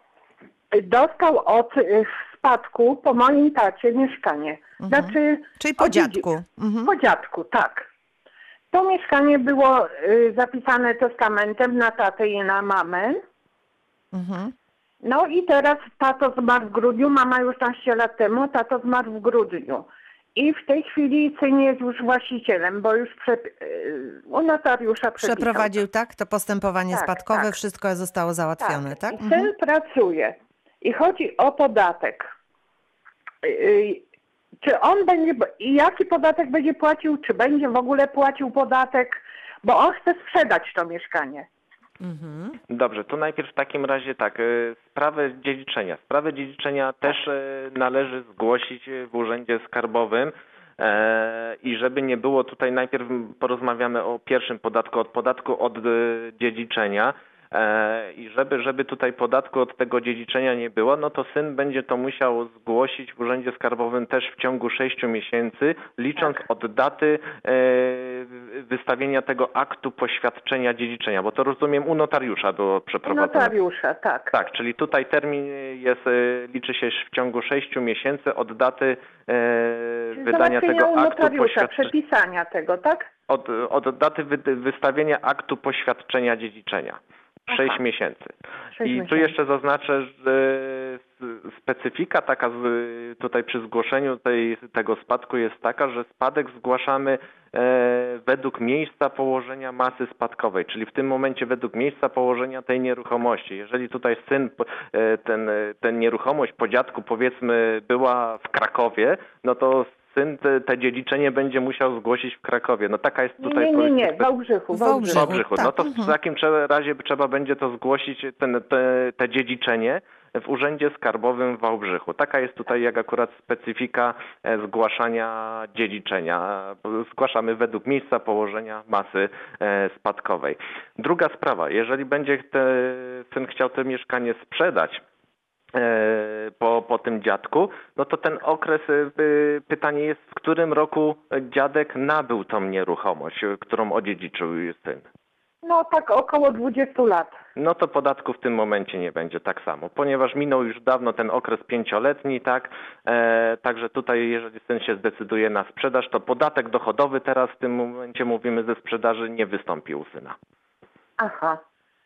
dostał od w spadku po moim tacie mieszkanie. Mhm. Znaczy, Czyli po dziadku. Mhm. Po dziadku, tak. To mieszkanie było y, zapisane testamentem na tatę i na mamę. Mhm. No i teraz tato zmarł w grudniu, mama już naście lat temu, tato zmarł w grudniu. I w tej chwili syn jest już właścicielem, bo już prze, y, u notariusza przepisał. Przeprowadził, tak? To postępowanie tak, spadkowe, tak. wszystko zostało załatwione, tak? tak? I syn pracuje. I chodzi o podatek. Y, Czy on będzie, i jaki podatek będzie płacił, czy będzie w ogóle płacił podatek, bo on chce sprzedać to mieszkanie. Mhm. Dobrze, to najpierw w takim razie tak, sprawę dziedziczenia. Sprawę dziedziczenia też należy zgłosić w Urzędzie Skarbowym i żeby nie było tutaj, najpierw porozmawiamy o pierwszym podatku, od podatku od dziedziczenia. I żeby, żeby tutaj podatku od tego dziedziczenia nie było, no to syn będzie to musiał zgłosić w Urzędzie Skarbowym też w ciągu sześciu miesięcy, licząc tak. od daty e, wystawienia tego aktu poświadczenia dziedziczenia, bo to rozumiem u notariusza było przeprowadzone. Notariusza, tak. Tak, czyli tutaj termin jest, liczy się w ciągu sześciu miesięcy od daty e, wydania tego u aktu poświadczenia. Przepisania tego, tak? Od, od daty wy, wystawienia aktu poświadczenia dziedziczenia. Sześć miesięcy. I miesięcy. tu jeszcze zaznaczę, że specyfika taka z, tutaj przy zgłoszeniu tej, tego spadku jest taka, że spadek zgłaszamy e, według miejsca położenia masy spadkowej, czyli w tym momencie według miejsca położenia tej nieruchomości. Jeżeli tutaj syn, e, ten, ten nieruchomość po dziadku powiedzmy była w Krakowie, no to syn te, te dziedziczenie będzie musiał zgłosić w Krakowie. No taka jest tutaj... Nie, nie, nie, nie. w Wałbrzychu. W Wałbrzychu, Wałbrzychu. No to w takim razie trzeba będzie to zgłosić, ten, te, te dziedziczenie w Urzędzie Skarbowym w Wałbrzychu. Taka jest tutaj jak akurat specyfika zgłaszania dziedziczenia. Zgłaszamy według miejsca położenia masy spadkowej. Druga sprawa, jeżeli będzie te, syn chciał to mieszkanie sprzedać po, po tym dziadku, no to ten okres, pytanie jest, w którym roku dziadek nabył tą nieruchomość, którą odziedziczył syn. No tak około dwudziestu lat. No to podatku w tym momencie nie będzie tak samo, ponieważ minął już dawno ten okres pięcioletni, tak? E, także tutaj, jeżeli syn się zdecyduje na sprzedaż, to podatek dochodowy teraz w tym momencie, mówimy, ze sprzedaży nie wystąpi u syna. Aha.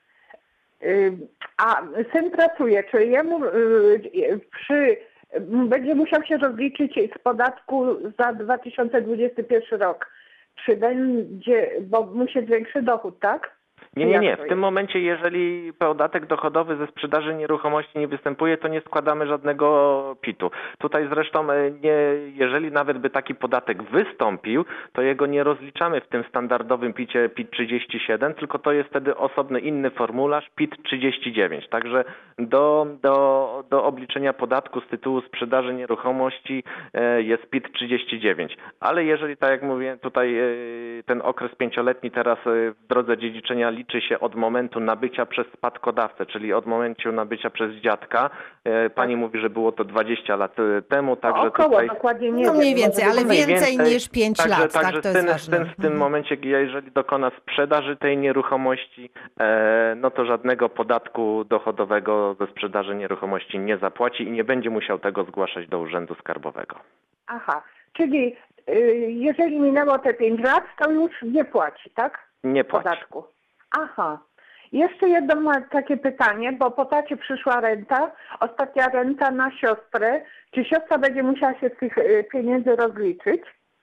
Y, a syn pracuje, czy jemu y, przy, będzie musiał się rozliczyć z podatku za dwa tysiące dwudziesty pierwszy rok? Czy będzie, bo mu się zwiększy dochód, tak? Nie, nie, nie. W tym momencie, jeżeli podatek dochodowy ze sprzedaży nieruchomości nie występuje, to nie składamy żadnego pitu. Tutaj zresztą, nie, jeżeli nawet by taki podatek wystąpił, to jego nie rozliczamy w tym standardowym picie P I T trzydzieści siedem, tylko to jest wtedy osobny inny formularz P I T trzydzieści dziewięć. Także do, do, do obliczenia podatku z tytułu sprzedaży nieruchomości jest P I T trzydzieści dziewięć. Ale jeżeli, tak jak mówię, tutaj ten okres pięcioletni teraz w drodze dziedziczenia liczy się od momentu nabycia przez spadkodawcę, czyli od momentu nabycia przez dziadka. Pani tak. mówi, że było to dwadzieścia lat temu, także no, około, tutaj... dokładnie nie no mniej wiem, więcej, ale więcej, więcej niż pięć także, lat, także tak, to ten, jest ważne. Ten w tym momencie, jeżeli dokona sprzedaży tej nieruchomości, no to żadnego podatku dochodowego ze sprzedaży nieruchomości nie zapłaci i nie będzie musiał tego zgłaszać do Urzędu Skarbowego. Aha, czyli jeżeli minęło te pięć lat, to już nie płaci, tak? Nie płaci. Podatku. Aha. Jeszcze jedno ma takie pytanie, bo po tacie przyszła renta, ostatnia renta na siostrę. Czy siostra będzie musiała się z tych pieniędzy rozliczyć?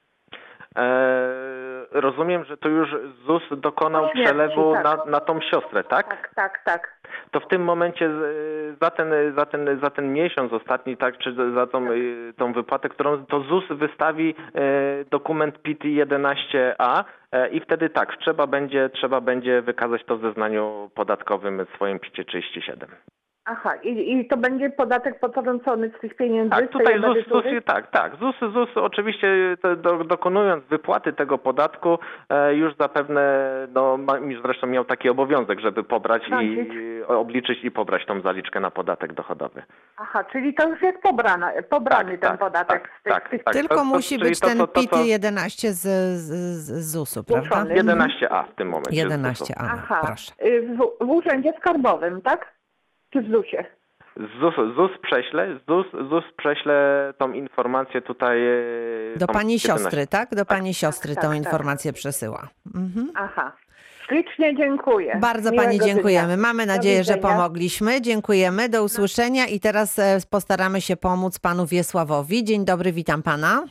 Eee, rozumiem, że to już Z U S dokonał Nie, przelewu tak. na, na tą siostrę, tak? Tak, tak, tak. To w tym momencie za ten, za ten, za ten miesiąc ostatni, tak, czy za tą, tą wypłatę, którą to Z U S wystawi dokument P I T jedenaście A i wtedy tak, trzeba będzie, trzeba będzie wykazać to w zeznaniu podatkowym w swoim P I T trzydzieści siedem. Aha, i, i to będzie podatek potrącony z tych pieniędzy? Tak, tutaj Z U S, Z U S, tak, tak. Z U S, Z U S oczywiście do, dokonując wypłaty tego podatku e, już zapewne, no ma, zresztą miał taki obowiązek, żeby pobrać i obliczyć i pobrać tą zaliczkę na podatek dochodowy. Aha, czyli to już jest pobrana, pobrany tak, ten tak, podatek. Tak, z tych, tak, tych... tak. Tylko to, to, musi być to, ten to, to, to, P I T jedenaście z, z, z Z U S u, prawda? jedenaście A w tym momencie. jedenaście A, Aha, proszę. W, w Urzędzie Skarbowym, tak? Czy w Z U S ie? Z U S, Z U S prześle, Z U S, Z U S prześle tą informację tutaj... Do pani jedenaście. siostry, tak? Do pani tak, siostry tak, tą tak, informację przesyła. Mhm. Aha. Ślicznie dziękuję. Bardzo Miłego pani dziękujemy. dnia. Mamy nadzieję, że pomogliśmy. Dziękujemy. Do usłyszenia i teraz postaramy się pomóc panu Wiesławowi. Dzień dobry, witam pana.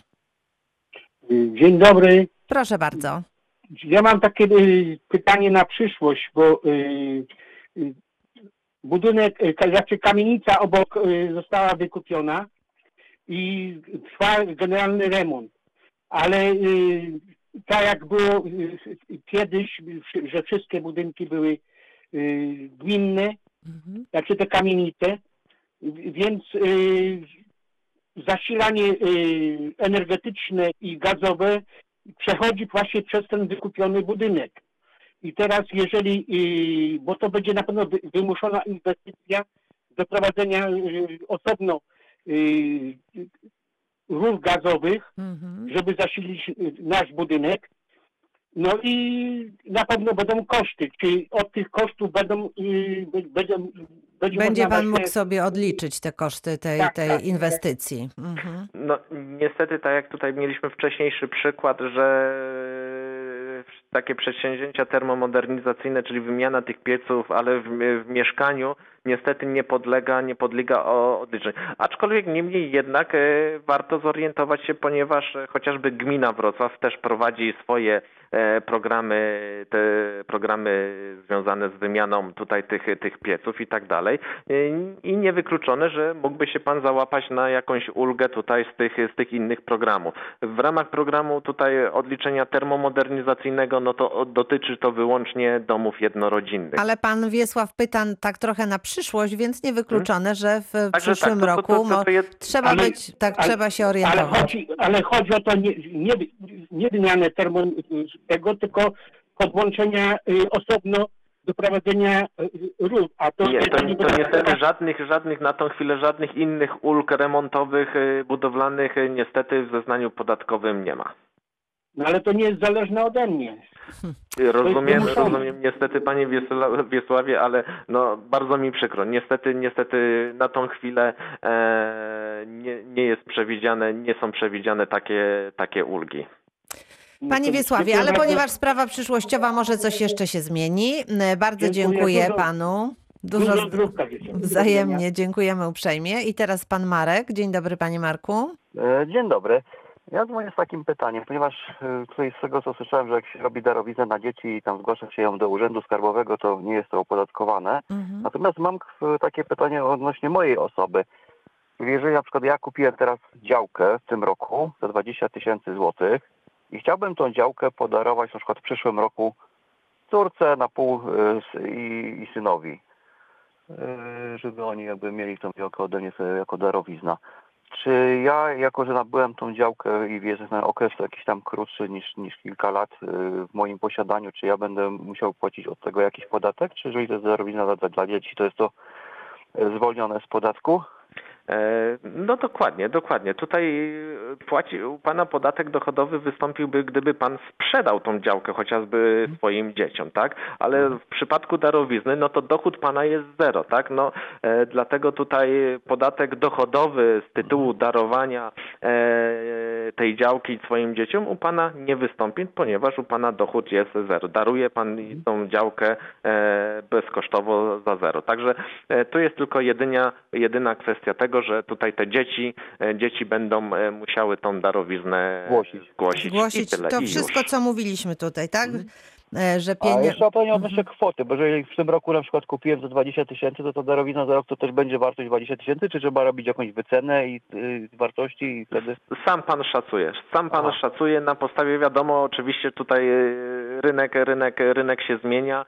Dzień dobry. Proszę bardzo. Ja mam takie y, pytanie na przyszłość, bo y, y, budynek, znaczy kamienica obok y, została wykupiona i trwa generalny remont, ale y, tak jak było y, kiedyś, że wszystkie budynki były y, gminne, mhm. znaczy te kamienice, więc y, zasilanie y, energetyczne i gazowe przechodzi właśnie przez ten wykupiony budynek. I teraz jeżeli, y, bo to będzie na pewno wymuszona inwestycja do prowadzenia y, osobno y, rur gazowych, mhm. żeby zasilić nasz budynek. No i na pewno będą koszty. Czy od tych kosztów będą... Yy, będą będzie będzie pan właśnie... mógł sobie odliczyć te koszty tej, tak, tej tak, inwestycji. Tak. Mhm. No niestety, tak jak tutaj mieliśmy wcześniejszy przykład, że takie przedsięwzięcia termomodernizacyjne, czyli wymiana tych pieców, ale w, w mieszkaniu, niestety nie podlega, nie podlega odliczeniu. Aczkolwiek niemniej jednak warto zorientować się, ponieważ chociażby gmina Wrocław też prowadzi swoje programy, te programy związane z wymianą tutaj tych, tych pieców i tak dalej. I niewykluczone, że mógłby się pan załapać na jakąś ulgę tutaj z tych, z tych innych programów. W ramach programu tutaj odliczenia termomodernizacyjnego, no to dotyczy to wyłącznie domów jednorodzinnych. Ale pan Wiesław pyta tak trochę na przyszłość, więc niewykluczone, że w Także przyszłym tak, to, roku to, to, to, to jest... trzeba ale, być, tak ale, trzeba się ale orientować. chodzi, ale chodzi o to nie, nie, nie wymianę termo tego, tylko podłączenia y, osobno do prowadzenia y, rur. A to nie, to, nie to niestety żadnych, żadnych na tą chwilę żadnych innych ulg remontowych, budowlanych niestety w zeznaniu podatkowym nie ma. No ale to nie jest zależne ode mnie. Rozumiem, rozumiem niestety panie Wiesławie, ale no bardzo mi przykro. Niestety, niestety na tą chwilę e, nie, nie jest przewidziane, nie są przewidziane takie, takie ulgi. Panie Wiesławie, ale ponieważ sprawa przyszłościowa, może coś jeszcze się zmieni. Bardzo dziękuję, dziękuję panu. Dużo wzajemnie, dziękujemy uprzejmie. I teraz pan Marek. Dzień dobry, panie Marku. Dzień dobry. Ja dzwonię z takim pytaniem, ponieważ tutaj z tego, co słyszałem, że jak się robi darowiznę na dzieci i tam zgłasza się ją do Urzędu Skarbowego, to nie jest to opodatkowane. Mhm. Natomiast mam takie pytanie odnośnie mojej osoby. Jeżeli na przykład ja kupiłem teraz działkę w tym roku za dwadzieścia tysięcy złotych i chciałbym tą działkę podarować na przykład w przyszłym roku córce na pół i, i synowi, żeby oni jakby mieli tą działkę ode mnie sobie jako darowizna. Czy ja, jako że nabyłem tą działkę i jest na okres jakiś tam krótszy niż, niż kilka lat w moim posiadaniu, czy ja będę musiał płacić od tego jakiś podatek? Czy jeżeli to jest darowizna dla, dla dzieci, to jest to zwolnione z podatku? No dokładnie, dokładnie. Tutaj płaci u pana podatek dochodowy wystąpiłby, gdyby pan sprzedał tą działkę chociażby swoim dzieciom, tak? Ale w przypadku darowizny, no to dochód pana jest zero, tak? No e, dlatego tutaj podatek dochodowy z tytułu darowania e, tej działki swoim dzieciom u pana nie wystąpi, ponieważ u pana dochód jest zero. Daruje pan tą działkę e, bezkosztowo za zero. Także e, to jest tylko jedynia, jedyna kwestia tego, że tutaj te dzieci, dzieci będą musiały tą darowiznę głosić. Głosić, głosić i tyle, to i wszystko, już. co mówiliśmy tutaj, tak? Mhm. Że pienie... A jeszcze pytanie odnośnie kwoty, bo jeżeli w tym roku na przykład kupiłem za dwadzieścia tysięcy, to ta darowizna za rok to też będzie wartość dwadzieścia tysięcy, czy trzeba robić jakąś wycenę i y, wartości i wtedy... Sam pan szacuje, sam pan Aha. szacuje na podstawie, wiadomo, oczywiście tutaj rynek, rynek, rynek się zmienia.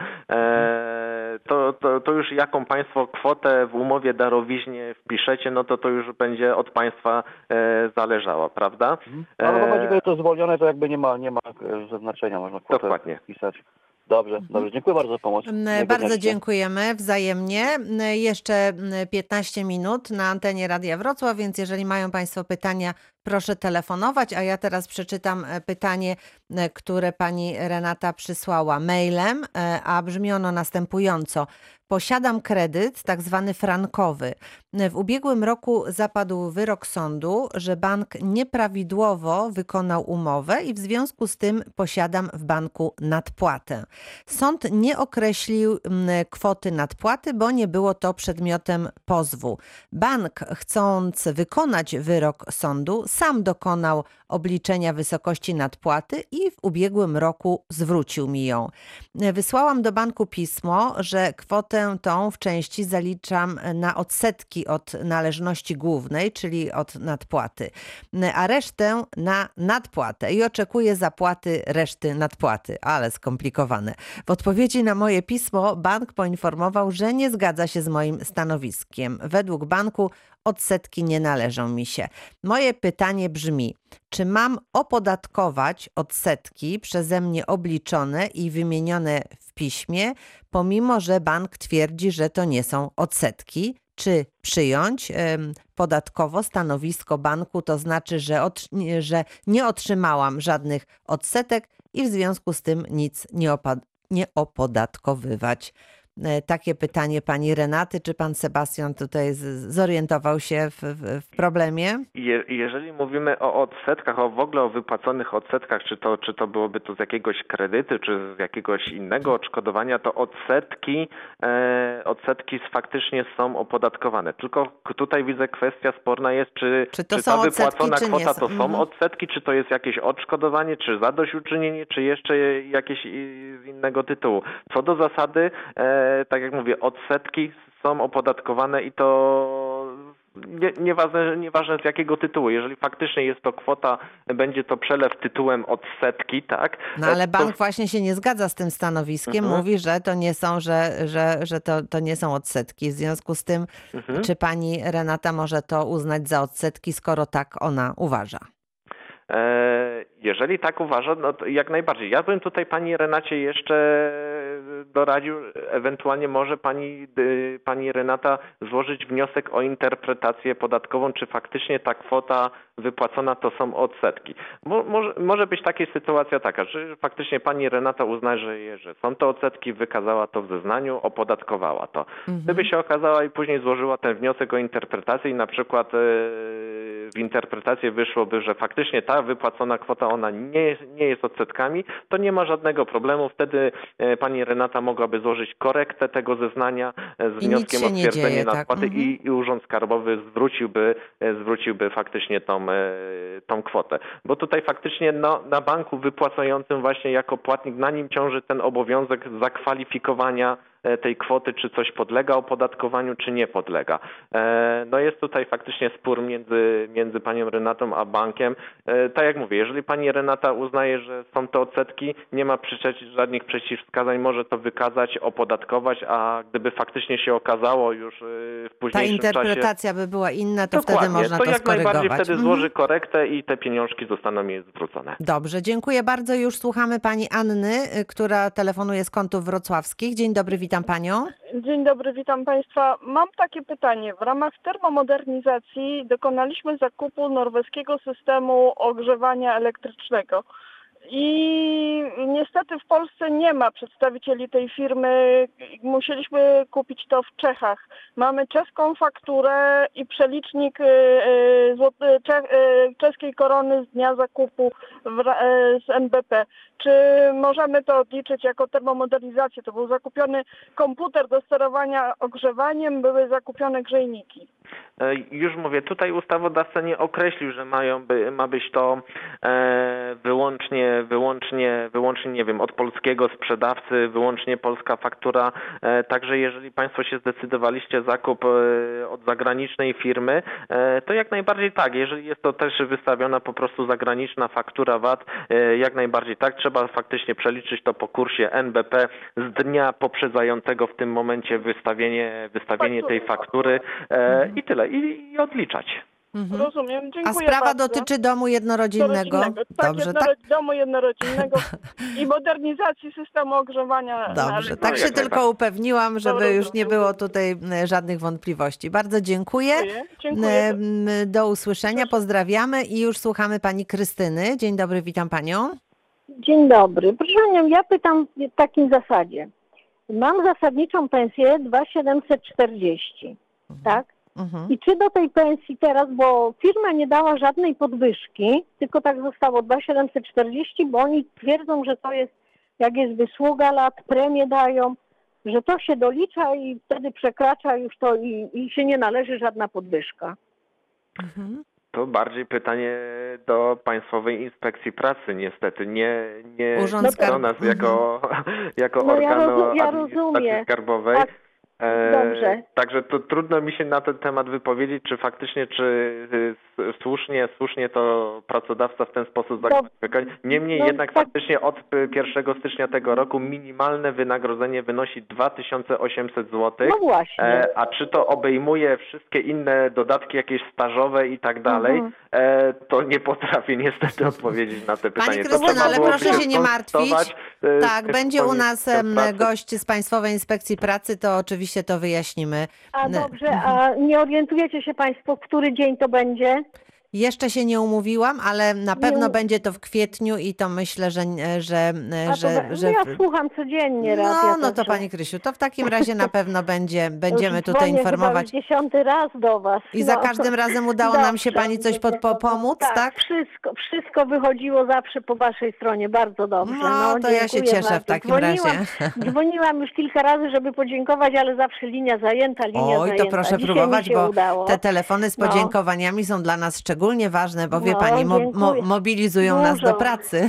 E, to, to, to już jaką państwo kwotę w umowie darowiźnie wpiszecie, no to to już będzie od państwa e, zależało, prawda? E, no bo chodzi, że to zwolnione, to jakby nie ma, nie ma znaczenia, można kwotę dokładnie wpisać. Dobrze, dobrze. Dziękuję bardzo za pomoc. Bardzo dziękujemy wzajemnie. Jeszcze piętnaście minut na antenie Radia Wrocław, więc jeżeli mają państwo pytania, proszę telefonować, a ja teraz przeczytam pytanie, które pani Renata przysłała mailem, a brzmi ono następująco. Posiadam kredyt tak zwany frankowy. W ubiegłym roku zapadł wyrok sądu, że bank nieprawidłowo wykonał umowę i w związku z tym posiadam w banku nadpłatę. Sąd nie określił kwoty nadpłaty, bo nie było to przedmiotem pozwu. Bank, chcąc wykonać wyrok sądu, sam dokonał obliczenia wysokości nadpłaty i w ubiegłym roku zwrócił mi ją. Wysłałam do banku pismo, że kwotę tą w części zaliczam na odsetki od należności głównej, czyli od nadpłaty, a resztę na nadpłatę i oczekuję zapłaty reszty nadpłaty, ale skomplikowane. W odpowiedzi na moje pismo bank poinformował, że nie zgadza się z moim stanowiskiem. Według banku odsetki nie należą mi się. Moje pytanie brzmi, czy mam opodatkować odsetki przeze mnie obliczone i wymienione w piśmie, pomimo że bank twierdzi, że to nie są odsetki? Czy przyjąć ym, podatkowo stanowisko banku, to znaczy, że, od, że nie otrzymałam żadnych odsetek i w związku z tym nic nie, opa- nie opodatkowywać? takie pytanie pani Renaty. Czy pan Sebastian tutaj zorientował się w, w, w problemie? Je, jeżeli mówimy o odsetkach, o w ogóle o wypłaconych odsetkach, czy to, czy to byłoby to z jakiegoś kredytu, czy z jakiegoś innego odszkodowania, to odsetki, e, odsetki faktycznie są opodatkowane. Tylko tutaj widzę kwestia sporna jest, czy, czy, to czy są ta odsetki, wypłacona czy kwota nie? to są Mhm. odsetki, czy to jest jakieś odszkodowanie, czy zadośćuczynienie, czy jeszcze jakieś z innego tytułu. Co do zasady, e, tak jak mówię, odsetki są opodatkowane i to nie, nieważne, nieważne z jakiego tytułu. Jeżeli faktycznie jest to kwota, będzie to przelew tytułem odsetki, tak? No ale bank to... właśnie się nie zgadza z tym stanowiskiem. Mhm. Mówi, że to nie są, że, że, że to, to nie są odsetki. W związku z tym, mhm. czy pani Renata może to uznać za odsetki, skoro tak ona uważa? Jeżeli tak uważa, no to jak najbardziej. Ja bym tutaj pani Renacie jeszcze doradził, ewentualnie może pani, pani Renata złożyć wniosek o interpretację podatkową, czy faktycznie ta kwota wypłacona to są odsetki. Mo, może, może być taka sytuacja taka, że faktycznie pani Renata uzna, że, że są to odsetki, wykazała to w zeznaniu, opodatkowała to. Mhm. Gdyby się okazała i później złożyła ten wniosek o interpretację i na przykład w interpretacji wyszłoby, że faktycznie ta wypłacona kwota ona nie jest, nie jest odsetkami, to nie ma żadnego problemu. Wtedy pani Renata mogłaby złożyć korektę tego zeznania z I wnioskiem o stwierdzenie nadpłaty tak? mhm. i, i Urząd Skarbowy zwróciłby, zwróciłby faktycznie tą, tą kwotę. Bo tutaj faktycznie no, na banku wypłacającym właśnie jako płatnik, na nim ciąży ten obowiązek zakwalifikowania tej kwoty, czy coś podlega opodatkowaniu, czy nie podlega. No jest tutaj faktycznie spór między, między panią Renatą a bankiem. Tak jak mówię, jeżeli pani Renata uznaje, że są to odsetki, nie ma żadnych przeciwwskazań, może to wykazać, opodatkować, a gdyby faktycznie się okazało już w późniejszym czasie... Ta interpretacja czasie, by była inna, to dokładnie, wtedy można to, to jak skorygować. najbardziej wtedy mhm. złoży korektę i te pieniążki zostaną jej zwrócone. Dobrze, dziękuję bardzo. Już słuchamy pani Anny, która telefonuje z kątów wrocławskich. Dzień dobry, witam panią. Dzień dobry, witam państwa. Mam takie pytanie. W ramach termomodernizacji dokonaliśmy zakupu norweskiego systemu ogrzewania elektrycznego. I niestety w Polsce nie ma przedstawicieli tej firmy. Musieliśmy kupić to w Czechach. Mamy czeską fakturę i przelicznik czeskiej korony z dnia zakupu z N B P. Czy możemy to odliczyć jako termomodernizację? To był zakupiony komputer do sterowania ogrzewaniem, były zakupione grzejniki. Już mówię, tutaj ustawodawca nie określił, że mają by, ma być to e, wyłącznie, wyłącznie, wyłącznie, nie wiem, od polskiego sprzedawcy, wyłącznie polska faktura. E, także jeżeli państwo się zdecydowaliście zakup e, od zagranicznej firmy, e, to jak najbardziej tak. Jeżeli jest to też wystawiona po prostu zagraniczna faktura V A T, e, jak najbardziej tak. Trzeba faktycznie przeliczyć to po kursie N B P z dnia poprzedzającego w tym momencie wystawienie, wystawienie tej faktury e, i tyle. I, i odliczać. Mhm. Rozumiem, dziękuję A sprawa bardzo. dotyczy domu jednorodzinnego? Tak, Dobrze, jednoro... tak? domu jednorodzinnego i modernizacji systemu ogrzewania. Dobrze, tak się tylko upewniłam, żeby Dobra, już nie było tutaj żadnych wątpliwości. Bardzo dziękuję. Dziękuję. Dziękuję. Do usłyszenia, pozdrawiamy i już słuchamy pani Krystyny. Dzień dobry, witam panią. Dzień dobry. Proszę panią, ja pytam w takim zasadzie. Mam zasadniczą pensję dwa tysiące siedemset czterdzieści, mhm. tak? Mhm. I czy do tej pensji teraz, bo firma nie dała żadnej podwyżki, tylko tak zostało dwa tysiące siedemset czterdzieści, bo oni twierdzą, że to jest, jak jest wysługa lat, premie dają, że to się dolicza i wtedy przekracza już to i, i się nie należy żadna podwyżka. Mhm. To bardziej pytanie do Państwowej Inspekcji Pracy, niestety, nie, nie Urząd do nas jako, jako no organu ja rozu- ja administracji rozumiem. skarbowej. Tak. Dobrze. E, także to trudno mi się na ten temat wypowiedzieć, czy faktycznie, czy y, słusznie, słusznie to pracodawca w ten sposób zakwalifikował. Niemniej no, jednak tak. faktycznie od pierwszego stycznia tego roku minimalne wynagrodzenie wynosi dwa tysiące osiemset złotych. No właśnie. E, a czy to obejmuje wszystkie inne dodatki jakieś stażowe i tak dalej, Mhm. e, to nie potrafię niestety odpowiedzieć na te pytanie. Pani Krystyno, ale proszę się nie martwić. E, Tak, będzie u nas em, pracy. gość z Państwowej Inspekcji Pracy, to oczywiście to wyjaśnimy. A dobrze, a nie orientujecie się Państwo, w który dzień to będzie? Jeszcze się nie umówiłam, ale na pewno Nie. będzie to w kwietniu i to myślę, że... że, A to, że, be- że no ja słucham codziennie radia. no, no to także Pani Krysiu, to w takim razie na pewno będzie, będziemy już tutaj dzwonię chyba informować. już dziesiąty raz do Was. I za No. każdym razem udało nam się Dobrze. Pani coś pod, po, pomóc, tak? Tak, wszystko, wszystko wychodziło zawsze po Waszej stronie, bardzo dobrze. No, to ja się dziękuję cieszę w bardzo. takim dzwoniłam, razie. Dzwoniłam już kilka razy, żeby podziękować, ale zawsze linia zajęta, linia Oj, zajęta. to proszę Dzisiaj próbować, mi się bo udało. te telefony z No. podziękowaniami są dla nas szczególnie ważne, bo wie No, Pani, mo, mo, dziękuję. mobilizują nas do Dużo. pracy.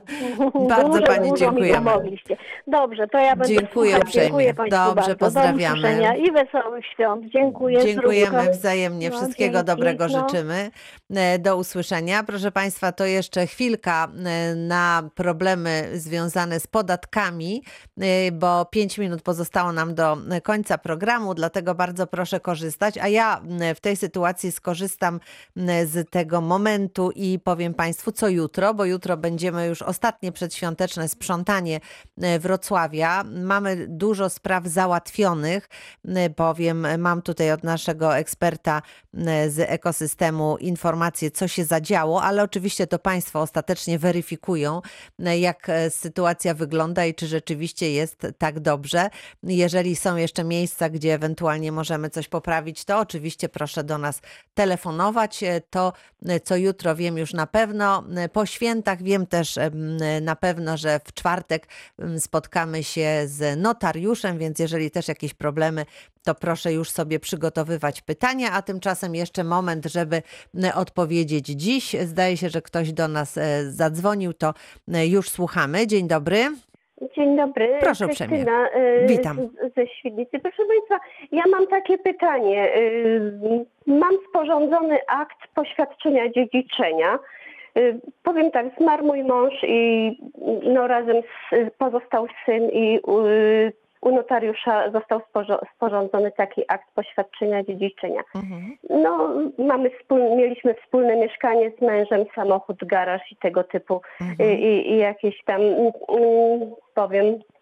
Bardzo Dużo, Pani dużo mi dziękujemy. pomogliście. Dobrze, to ja będę Dziękuję słuchać. Dziękuję uprzejmie. Państwu Dobrze, bardzo. pozdrawiamy. Do usłyszenia i wesołych świąt. Dziękuję. Dziękujemy zdrówka. wzajemnie. No, Wszystkiego dzięki. dobrego No. życzymy. E, Do usłyszenia. Proszę Państwa, to jeszcze chwilka e, na problemy związane z podatkami, e, bo pięć minut pozostało nam do końca programu, dlatego bardzo proszę korzystać. A ja m, w tej sytuacji skorzystam m, z tego momentu i powiem Państwu, co jutro, bo jutro będziemy już ostatnie przedświąteczne sprzątanie e, Wrocławia. Mamy dużo spraw załatwionych, e, powiem, mam tutaj od naszego eksperta e, z ekosystemu informacje, co się zadziało, ale oczywiście to Państwo ostatecznie weryfikują, e, jak e, sytuacja wygląda i czy rzeczywiście jest tak dobrze. Jeżeli są jeszcze miejsca, gdzie ewentualnie możemy coś poprawić, to oczywiście proszę do nas telefonować. E, To, e, co jutro wiem już na pewno. E, Po świętach wiem też em, na pewno, że w czwartek em, spotkamy się z notariuszem, więc jeżeli też jakieś problemy, to proszę już sobie przygotowywać pytania, a tymczasem jeszcze moment, żeby e, odpowiedzieć dziś. Zdaje się, że ktoś do nas e, zadzwonił, to e, już słuchamy. Dzień dobry. Dzień dobry. Proszę uprzejmie. Krystyna, y, Witam. z- ze Świdnicy. Proszę Państwa, ja mam takie pytanie. Y, Mam sporządzony akt poświadczenia dziedziczenia. Y, Powiem tak, zmarł mój mąż i no, razem z, pozostał syn i y, u notariusza został sporzo- sporządzony taki akt poświadczenia dziedziczenia. No, mamy wspól- mieliśmy wspólne mieszkanie z mężem, samochód, garaż i tego typu Mhm. i, i, i jakieś tam, mm, powiem.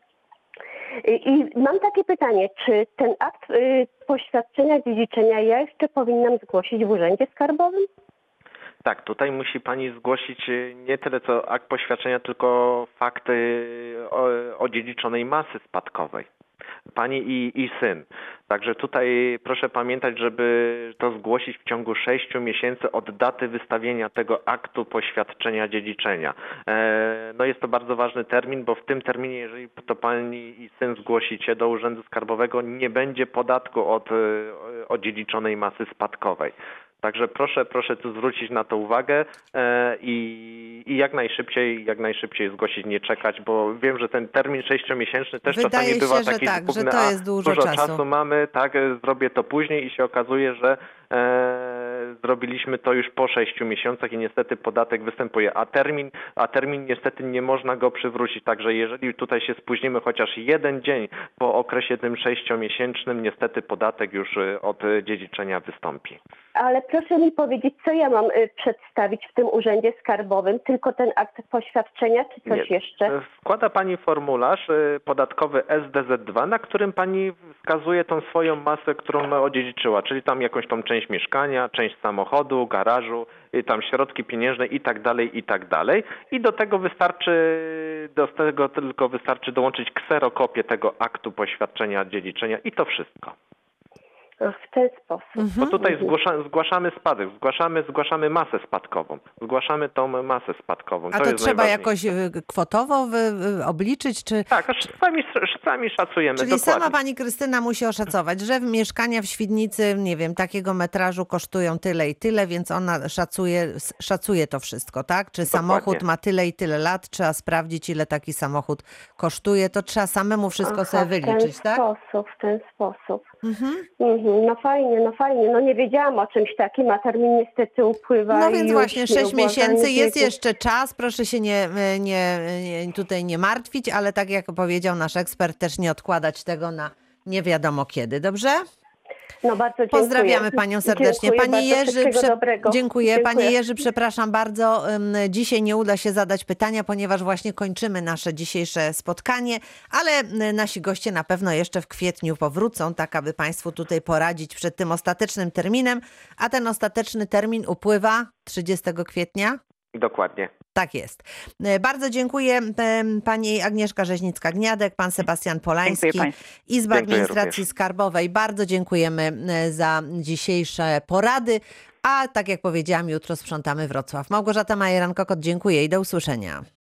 I, I mam takie pytanie, czy ten akt y, poświadczenia dziedziczenia ja jeszcze powinnam zgłosić w Urzędzie Skarbowym? Tak, tutaj musi Pani zgłosić e, nie tyle co akt poświadczenia, tylko fakty o- odziedziczonej masy spadkowej. Pani i, i syn. Także tutaj proszę pamiętać, żeby to zgłosić w ciągu sześciu miesięcy od daty wystawienia tego aktu poświadczenia dziedziczenia. E, no jest to bardzo ważny termin, bo w tym terminie, jeżeli to Pani i syn zgłosicie do Urzędu Skarbowego, nie będzie podatku od e, odziedziczonej masy spadkowej. Także proszę, proszę tu zwrócić na to uwagę e, i, i jak najszybciej, jak najszybciej zgłosić, nie czekać, bo wiem, że ten termin sześciomiesięczny też Wydaje czasami się, bywa że taki tak, że zgubny, to a jest dużo dużo czasu. czasu mamy, tak, e, zrobię to później i się okazuje, że e, zrobiliśmy to już po sześciu miesiącach i niestety podatek występuje, a termin, a termin niestety nie można go przywrócić, także jeżeli tutaj się spóźnimy chociaż jeden dzień po okresie tym sześciomiesięcznym, niestety podatek już e, od dziedziczenia wystąpi. Ale proszę mi powiedzieć, co ja mam y, przedstawić w tym Urzędzie Skarbowym? Tylko ten akt poświadczenia, czy coś Nie. jeszcze? Wkłada Pani formularz y, podatkowy S D Z dwa, na którym Pani wskazuje tą swoją masę, którą odziedziczyła, czyli tam jakąś tą część mieszkania, część samochodu, garażu, y, tam środki pieniężne i tak dalej, i tak dalej. I do tego wystarczy, do tego tylko wystarczy dołączyć kserokopię tego aktu poświadczenia dziedziczenia i to wszystko. W ten sposób. Bo tutaj zgłasza, zgłaszamy spadek, zgłaszamy, zgłaszamy masę spadkową. Zgłaszamy tą masę spadkową. A to to jest trzeba najważniejsze. jakoś y, kwotowo wy, wy, obliczyć, czy... Tak, a sami, sami szacujemy Czyli dokładnie. sama pani Krystyna musi oszacować, że mieszkania w Świdnicy, nie wiem, takiego metrażu kosztują tyle i tyle, więc ona szacuje, szacuje to wszystko, tak? Czy Dokładnie. samochód ma tyle i tyle lat, trzeba sprawdzić, ile taki samochód kosztuje, to trzeba samemu wszystko Aha, sobie wyliczyć, w ten tak? sposób, w ten sposób. Mhm. Mhm, no fajnie, no fajnie. No nie wiedziałam o czymś takim, a termin niestety upływa. No i więc już właśnie nie sześć ubłaganie miesięcy, jest wieku. jeszcze czas, proszę się nie, nie, nie, tutaj nie martwić, ale tak jak powiedział nasz ekspert, też nie odkładać tego na nie wiadomo kiedy, dobrze? No bardzo dziękuję. Pozdrawiamy Panią serdecznie. Dziękuję Panie bardzo, Jerzy, wszystkiego prze... dobrego. dziękuję. Dziękuję. Panie Jerzy, przepraszam bardzo. Dzisiaj nie uda się zadać pytania, ponieważ właśnie kończymy nasze dzisiejsze spotkanie, ale nasi goście na pewno jeszcze w kwietniu powrócą, tak aby Państwu tutaj poradzić przed tym ostatecznym terminem. A ten ostateczny termin upływa trzydziestego kwietnia? Dokładnie. Tak jest. Bardzo dziękuję pani Agnieszka Rzeźnicka-Gniadek, pan Sebastian Polański, Izba Dziękuję Administracji również. Skarbowej. Bardzo dziękujemy za dzisiejsze porady, a tak jak powiedziałam, jutro sprzątamy Wrocław. Małgorzata Majeran-Kokot, dziękuję i do usłyszenia.